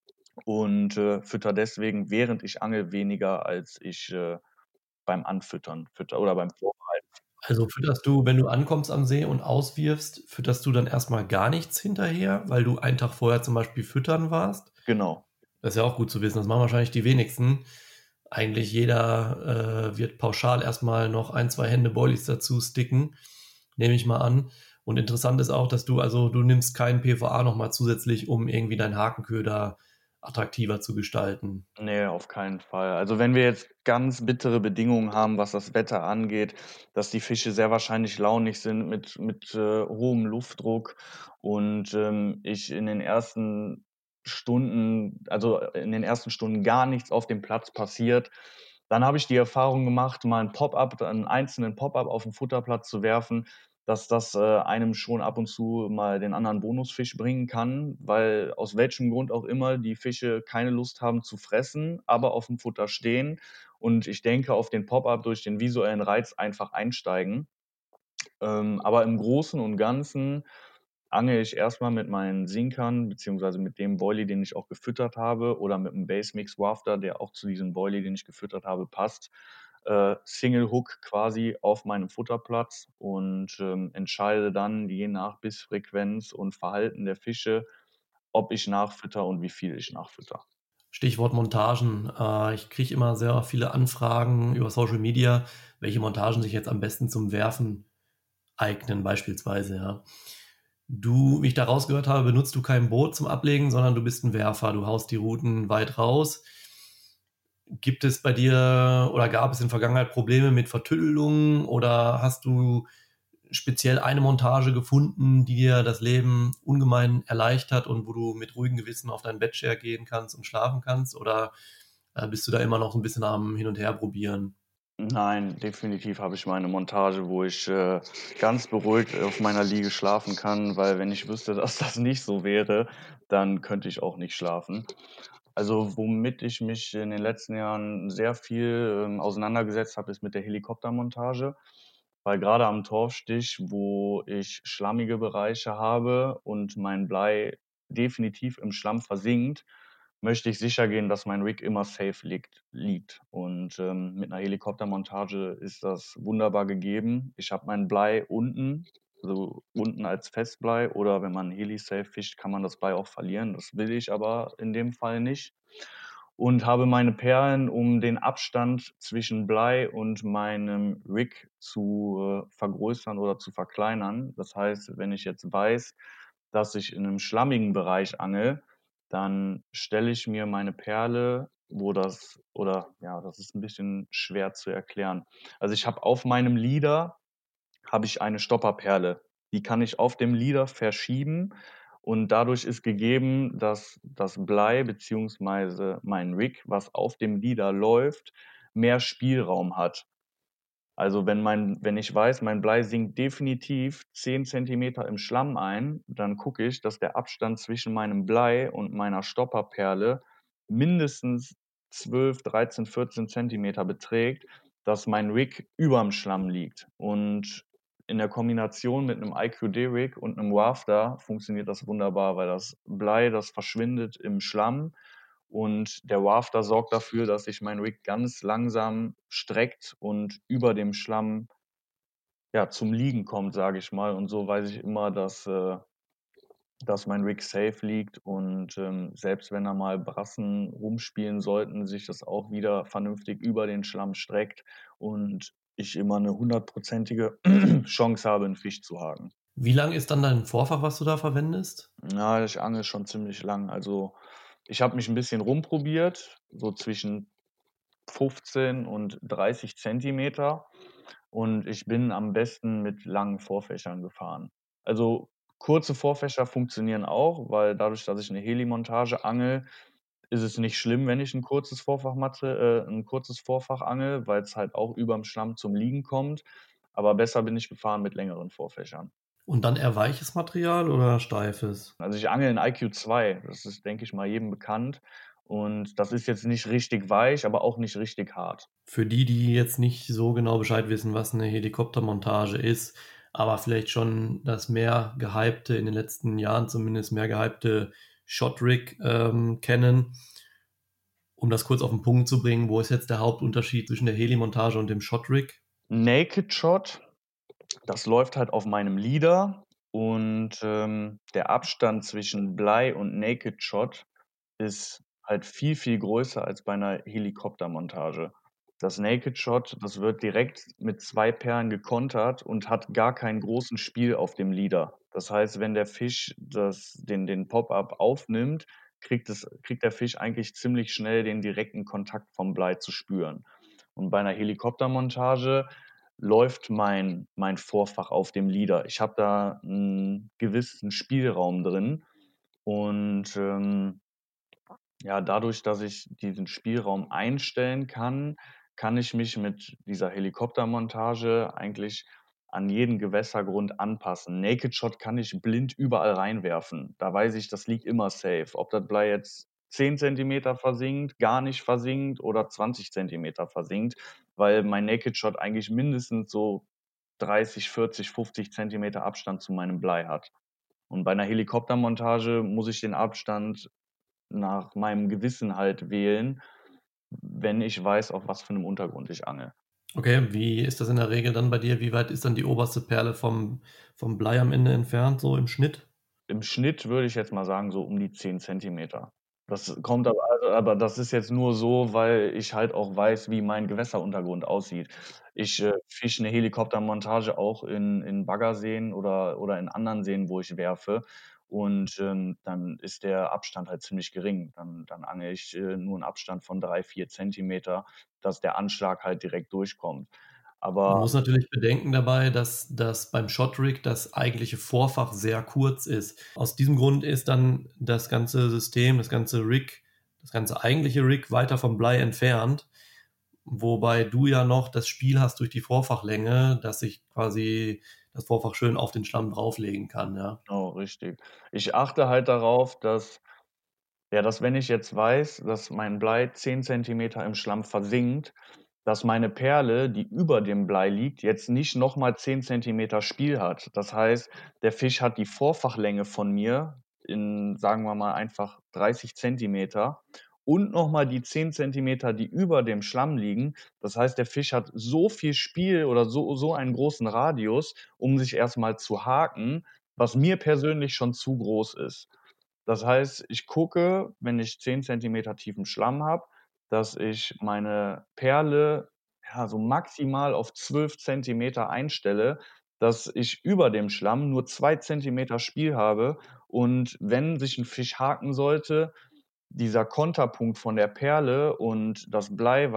und fütter deswegen, während ich angel, weniger als ich beim Anfüttern fütter oder beim Vorbereiten. Also fütterst du, wenn du ankommst am See und auswirfst, fütterst du dann erstmal gar nichts hinterher, weil du einen Tag vorher zum Beispiel füttern warst? Genau. Das ist ja auch gut zu wissen. Das machen wahrscheinlich die wenigsten. Eigentlich jeder wird pauschal erstmal noch ein, zwei Hände Boilies dazu sticken, nehme ich mal an. Und interessant ist auch, dass du nimmst keinen PVA nochmal zusätzlich, um irgendwie deinen Hakenköder attraktiver zu gestalten. Nee, auf keinen Fall. Also, wenn wir jetzt ganz bittere Bedingungen haben, was das Wetter angeht, dass die Fische sehr wahrscheinlich launig sind mit hohem Luftdruck und ich in den ersten Stunden gar nichts auf dem Platz passiert, dann habe ich die Erfahrung gemacht, mal 'n einzelnen Pop-up auf 'n Futterplatz zu werfen, dass das einem schon ab und zu mal den anderen Bonusfisch bringen kann, weil aus welchem Grund auch immer die Fische keine Lust haben zu fressen, aber auf dem Futter stehen und ich denke, auf den Pop-up durch den visuellen Reiz einfach einsteigen. Aber im Großen und Ganzen angel ich erstmal mit meinen Sinkern beziehungsweise mit dem Boilie, den ich auch gefüttert habe oder mit dem Base Mix Wafter, der auch zu diesem Boilie, den ich gefüttert habe, passt. Single Hook quasi auf meinem Futterplatz und entscheide dann je nach Bissfrequenz und Verhalten der Fische, ob ich nachfütter und wie viel ich nachfütter. Stichwort Montagen. Ich kriege immer sehr viele Anfragen über Social Media, welche Montagen sich jetzt am besten zum Werfen eignen, beispielsweise, ja. Du, wie ich da rausgehört habe, benutzt du kein Boot zum Ablegen, sondern du bist ein Werfer. Du haust die Routen weit raus. Gibt es bei dir oder gab es in der Vergangenheit Probleme mit Vertüdelungen oder hast du speziell eine Montage gefunden, die dir das Leben ungemein erleichtert und wo du mit ruhigem Gewissen auf dein Bettshare gehen kannst und schlafen kannst? Oder bist du da immer noch so ein bisschen am Hin und Her probieren? Nein, definitiv habe ich meine Montage, wo ich ganz beruhigt auf meiner Liege schlafen kann, weil wenn ich wüsste, dass das nicht so wäre, dann könnte ich auch nicht schlafen. Also, womit ich mich in den letzten Jahren sehr viel auseinandergesetzt habe, ist mit der Helikoptermontage, weil gerade am Torfstich, wo ich schlammige Bereiche habe und mein Blei definitiv im Schlamm versinkt, möchte ich sicher gehen, dass mein Rig immer safe liegt. Und mit einer Helikoptermontage ist das wunderbar gegeben. Ich habe mein Blei unten, also unten als Festblei, oder wenn man Heli-Safe fischt, kann man das Blei auch verlieren. Das will ich aber in dem Fall nicht. Und habe meine Perlen, um den Abstand zwischen Blei und meinem Rig zu vergrößern oder zu verkleinern. Das heißt, wenn ich jetzt weiß, dass ich in einem schlammigen Bereich angel, dann stelle ich mir meine Perle, das ist ein bisschen schwer zu erklären. Also, ich habe auf meinem Leader habe ich eine Stopperperle. Die kann ich auf dem Leader verschieben und dadurch ist gegeben, dass das Blei beziehungsweise mein Rig, was auf dem Leader läuft, mehr Spielraum hat. Also, wenn ich weiß, mein Blei sinkt definitiv 10 Zentimeter im Schlamm ein, dann gucke ich, dass der Abstand zwischen meinem Blei und meiner Stopperperle mindestens 12, 13, 14 Zentimeter beträgt, dass mein Rig überm Schlamm liegt. Und in der Kombination mit 'nem IQD-Rig und 'nem Rafter funktioniert das wunderbar, weil das Blei, das verschwindet im Schlamm und der Rafter sorgt dafür, dass sich mein Rig ganz langsam streckt und über dem Schlamm, ja, zum Liegen kommt, sage ich mal. Und so weiß ich immer, dass mein Rig safe liegt und, selbst wenn da mal Brassen rumspielen sollten, sich das auch wieder vernünftig über den Schlamm streckt und ich immer 'ne hundertprozentige Chance habe, 'n Fisch zu haken. Wie lang ist dann dein Vorfach, was du da verwendest? Ja, ich angel schon ziemlich lang. Also, ich habe mich 'n bisschen rumprobiert, so zwischen 15 und 30 Zentimeter und ich bin am besten mit langen Vorfächern gefahren. Also, kurze Vorfächer funktionieren auch, weil dadurch, dass ich 'ne Helimontage angel, ist es nicht schlimm, wenn ich 'n kurzes Vorfach angel, weil's halt auch überm Schlamm zum Liegen kommt. Aber besser bin ich gefahren mit längeren Vorfächern. Und dann eher weiches Material oder steifes? Also, ich angel in IQ2, das ist, denke ich mal, jedem bekannt. Und das ist jetzt nicht richtig weich, aber auch nicht richtig hart. Für die, die jetzt nicht so genau Bescheid wissen, was 'ne Helikoptermontage ist, aber vielleicht schon das mehr gehypte in den letzten Jahren zumindest mehr gehypte Shot Rig, kennen. Um das kurz auf 'n Punkt zu bringen, wo ist jetzt der Hauptunterschied zwischen der Helimontage und dem Shot Rig? Naked Shot, das läuft halt auf meinem Leader und, der Abstand zwischen Blei und Naked Shot ist halt viel, viel größer als bei 'ner Helikoptermontage. Das Naked Shot, das wird direkt mit 2 Perlen gekontert und hat gar keinen großen Spiel auf dem Leader. Das heißt, wenn der Fisch den Pop-up aufnimmt, kriegt der Fisch eigentlich ziemlich schnell den direkten Kontakt vom Blei zu spüren. Und bei 'ner Helikoptermontage läuft mein Vorfach auf dem Leader. Ich habe da 'n gewissen Spielraum drin und, ja, dadurch, dass ich diesen Spielraum einstellen kann, kann ich mich mit dieser Helikoptermontage eigentlich an jeden Gewässergrund anpassen. Naked Shot kann ich blind überall reinwerfen. Da weiß ich, das liegt immer safe. Ob das Blei jetzt 10 Zentimeter versinkt, gar nicht versinkt oder 20 Zentimeter versinkt, weil mein Naked Shot eigentlich mindestens so 30, 40, 50 Zentimeter Abstand zu meinem Blei hat. Und bei 'ner Helikoptermontage muss ich den Abstand nach meinem Gewissen halt wählen, wenn ich weiß, auf was für 'nem Untergrund ich angel. Okay, wie ist das in der Regel dann bei dir? Wie weit ist dann die oberste Perle vom Blei am Ende entfernt, so im Schnitt? Im Schnitt würde ich jetzt mal sagen, so um die 10 Zentimeter. Das kommt aber das ist jetzt nur so, weil ich halt auch weiß, wie mein Gewässeruntergrund aussieht. Ich, fische 'ne Helikoptermontage auch in Baggerseen oder in anderen Seen, wo ich werfe und, dann ist der Abstand halt ziemlich gering. Dann angel ich, nur 'n Abstand von 3, 4 Zentimeter, dass der Anschlag halt direkt durchkommt. Man Aber muss natürlich bedenken dabei, dass das beim Shot Rig das eigentliche Vorfach sehr kurz ist. Aus diesem Grund ist dann das ganze System, das ganze Rig, das ganze eigentliche Rig weiter vom Blei entfernt, wobei du ja noch das Spiel hast durch die Vorfachlänge, dass sich quasi das Vorfach schön auf den Schlamm drauflegen kann, ja. genau, richtig. Ich achte halt darauf, dass wenn ich jetzt weiß, dass mein Blei 10 Zentimeter im Schlamm versinkt, dass meine Perle, die über dem Blei liegt, jetzt nicht noch mal 10 Zentimeter Spiel hat. Das heißt, der Fisch hat die Vorfachlänge von mir in, sagen wir mal, einfach 30 Zentimeter und noch mal die 10 Zentimeter, die über dem Schlamm liegen. Das heißt, der Fisch hat so viel Spiel oder so einen großen Radius, um sich erst mal zu haken, was mir persönlich schon zu groß ist. Das heißt, ich gucke, wenn ich 10 Zentimeter tiefen Schlamm habe, dass ich meine Perle, ja, so maximal auf 12 Zentimeter einstelle, dass ich über dem Schlamm nur 2 Zentimeter Spiel habe und wenn sich 'n Fisch haken sollte, dieser Konterpunkt von der Perle und das Blei,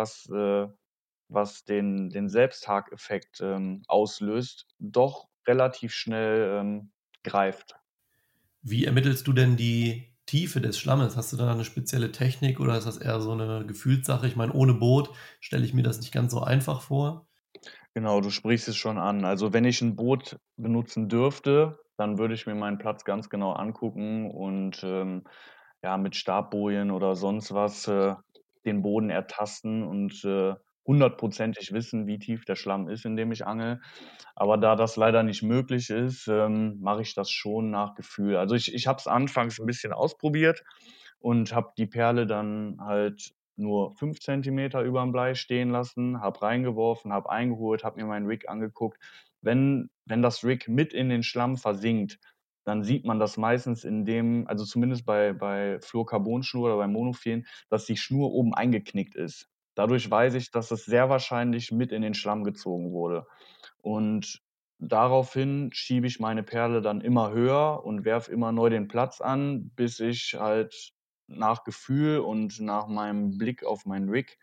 was den Selbsthakeffekt, auslöst, doch relativ schnell, greift. Wie ermittelst du denn die Tiefe des Schlammes? Hast du da 'ne spezielle Technik oder ist das eher so 'ne Gefühlssache? Ich meine, ohne Boot stelle ich mir das nicht ganz so einfach vor. Genau, du sprichst es schon an. Also, wenn ich 'n Boot benutzen dürfte, dann würde ich mir meinen Platz ganz genau angucken und, ja, mit Stabbojen oder sonst was, den Boden ertasten und, hundertprozentig wissen, wie tief der Schlamm ist, in dem ich angel. Aber da das leider nicht möglich ist, mache ich das schon nach Gefühl. Also ich habe es anfangs ein bisschen ausprobiert und habe die Perle dann halt nur 5 Zentimeter über dem Blei stehen lassen, habe reingeworfen, habe eingeholt, habe mir meinen Rig angeguckt. Wenn das Rig mit in den Schlamm versinkt, dann sieht man das meistens also zumindest bei Fluorcarbonschnur oder bei Monofin, dass die Schnur oben eingeknickt ist. Dadurch weiß ich, dass es sehr wahrscheinlich mit in den Schlamm gezogen wurde. Und daraufhin schiebe ich meine Perle dann immer höher und werfe immer neu den Platz an, bis ich halt nach Gefühl und nach meinem Blick auf meinen Rig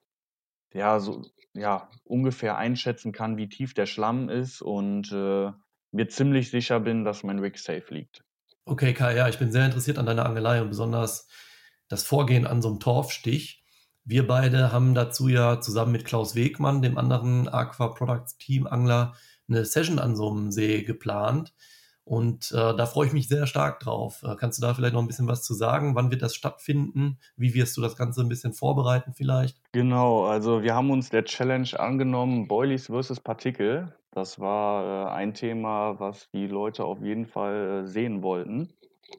ungefähr einschätzen kann, wie tief der Schlamm ist und mir ziemlich sicher bin, dass mein Rig safe liegt. Okay, Kai, ja, ich bin sehr interessiert an deiner Angelei und besonders das Vorgehen an so einem Torfstich. Wir beide haben dazu ja zusammen mit Klaus Wegmann, dem anderen Aqua Products Team Angler, eine Session an so einem See geplant. Und da freue ich mich sehr stark drauf. Kannst du da vielleicht noch ein bisschen was zu sagen? Wann wird das stattfinden? Wie wirst du das Ganze ein bisschen vorbereiten vielleicht? Genau, also wir haben uns der Challenge angenommen, Boilies versus Partikel. Das war ein Thema, was die Leute auf jeden Fall sehen wollten.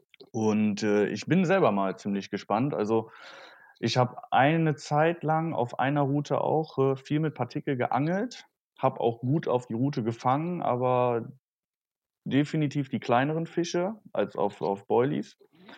Und ich bin selber mal ziemlich gespannt. Also ich habe eine Zeit lang auf einer Route auch viel mit Partikel geangelt, habe auch gut auf die Route gefangen, aber definitiv die kleineren Fische als auf Boilies.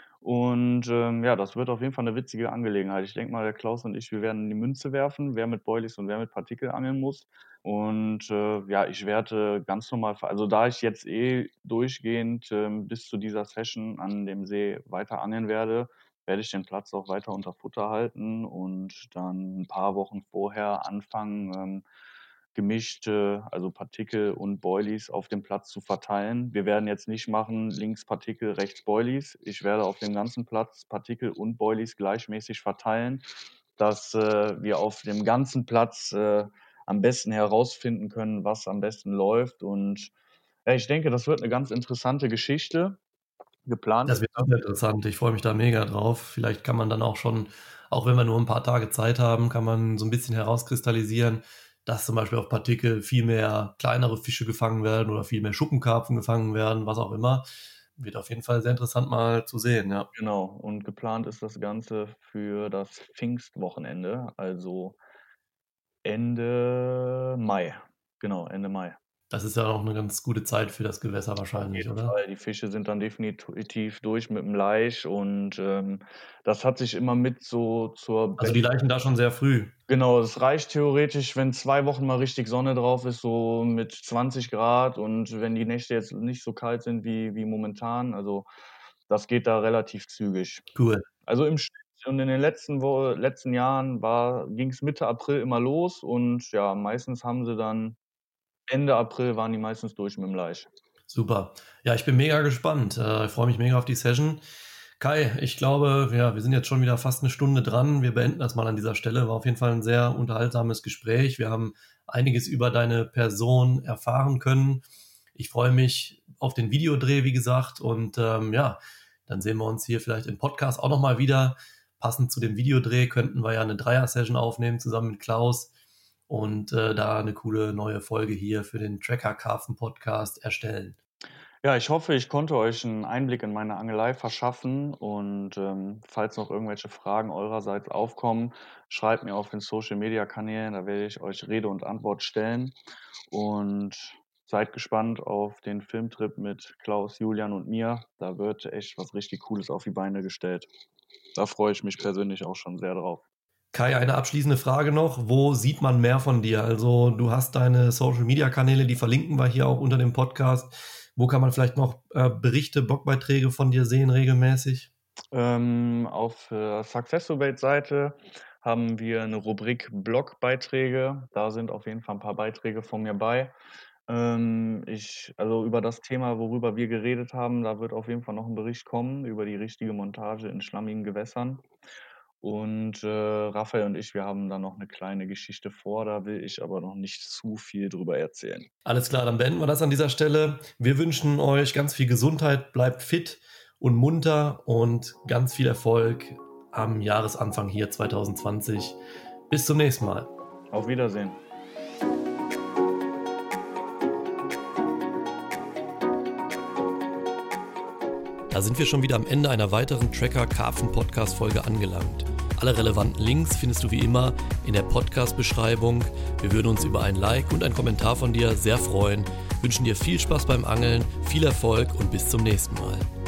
Und das wird auf jeden Fall eine witzige Angelegenheit. Ich denke mal, der Klaus und ich, wir werden die Münze werfen, wer mit Boilies und wer mit Partikel angeln muss. Und ich werde ganz normal, also da ich jetzt durchgehend bis zu dieser Session an dem See weiter angeln werde, werde ich den Platz auch weiter unter Futter halten und dann ein paar Wochen vorher anfangen, gemischte, also Partikel und Boilies auf dem Platz zu verteilen. Wir werden jetzt nicht machen, links Partikel, rechts Boilies. Ich werde auf dem ganzen Platz Partikel und Boilies gleichmäßig verteilen, dass wir auf dem ganzen Platz am besten herausfinden können, was am besten läuft. Und ich denke, das wird eine ganz interessante Geschichte. Geplant Das wird super interessant. Ich freue mich da mega drauf. Vielleicht kann man dann auch schon, auch wenn wir nur ein paar Tage Zeit haben, kann man so ein bisschen herauskristallisieren, dass zum Beispiel auf Partikel viel mehr kleinere Fische gefangen werden oder viel mehr Schuppenkarpfen gefangen werden, was auch immer. Wird auf jeden Fall sehr interessant mal zu sehen, ja. Genau, und geplant ist das Ganze für das Pfingstwochenende, also Ende Mai. Genau, Ende Mai. Das ist ja auch eine ganz gute Zeit für das Gewässer Auf wahrscheinlich, jeden oder? Fall. Die Fische sind dann definitiv durch mit dem Laich und das hat sich immer mit so zur Also die laichen da schon sehr früh. Genau, es reicht theoretisch, wenn 2 Wochen mal richtig Sonne drauf ist, so mit 20 Grad und wenn die Nächte jetzt nicht so kalt sind wie momentan, also das geht da relativ zügig. Cool. Also im Schnitt und in den letzten Jahren ging's Mitte April immer los und ja, meistens haben sie dann Ende April waren die meistens durch mit dem Laich. Super. Ja, ich bin mega gespannt. Ich freue mich mega auf die Session. Kai, ich glaube, ja, wir sind jetzt schon wieder fast eine Stunde dran. Wir beenden das mal an dieser Stelle. War auf jeden Fall ein sehr unterhaltsames Gespräch. Wir haben einiges über deine Person erfahren können. Ich freue mich auf den Videodreh, wie gesagt. Und dann sehen wir uns hier vielleicht im Podcast auch nochmal wieder. Passend zu dem Videodreh könnten wir ja eine Dreier-Session aufnehmen, zusammen mit Klaus. Und da eine coole neue Folge hier für den Tracker Karpfen Podcast erstellen. Ja, ich hoffe, ich konnte euch einen Einblick in meine Angelei verschaffen und falls noch irgendwelche Fragen eurerseits aufkommen, schreibt mir auf den Social-Media-Kanälen, da werde ich euch Rede und Antwort stellen und seid gespannt auf den Filmtrip mit Klaus, Julian und mir. Da wird echt was richtig Cooles auf die Beine gestellt. Da freue ich mich persönlich auch schon sehr drauf. Kai, eine abschließende Frage noch. Wo sieht man mehr von dir? Also du hast deine Social-Media-Kanäle, die verlinken wir hier auch unter dem Podcast. Wo kann man vielleicht noch Berichte, Blogbeiträge von dir sehen regelmäßig? Auf der Success-to-Bait-Seite haben wir eine Rubrik Blogbeiträge. Da sind auf jeden Fall ein paar Beiträge von mir bei. Also über das Thema, worüber wir geredet haben, da wird auf jeden Fall noch ein Bericht kommen über die richtige Montage in schlammigen Gewässern. Und Raphael und ich, wir haben da noch eine kleine Geschichte vor, da will ich aber noch nicht zu viel drüber erzählen. Alles klar, dann beenden wir das an dieser Stelle. Wir wünschen euch ganz viel Gesundheit, bleibt fit und munter und ganz viel Erfolg am Jahresanfang hier 2020. Bis zum nächsten Mal. Auf Wiedersehen. Da sind wir schon wieder am Ende einer weiteren Tracker-Karpfen-Podcast-Folge angelangt. Alle relevanten Links findest du wie immer in der Podcast-Beschreibung. Wir würden uns über ein Like und einen Kommentar von dir sehr freuen. Wünschen dir viel Spaß beim Angeln, viel Erfolg und bis zum nächsten Mal.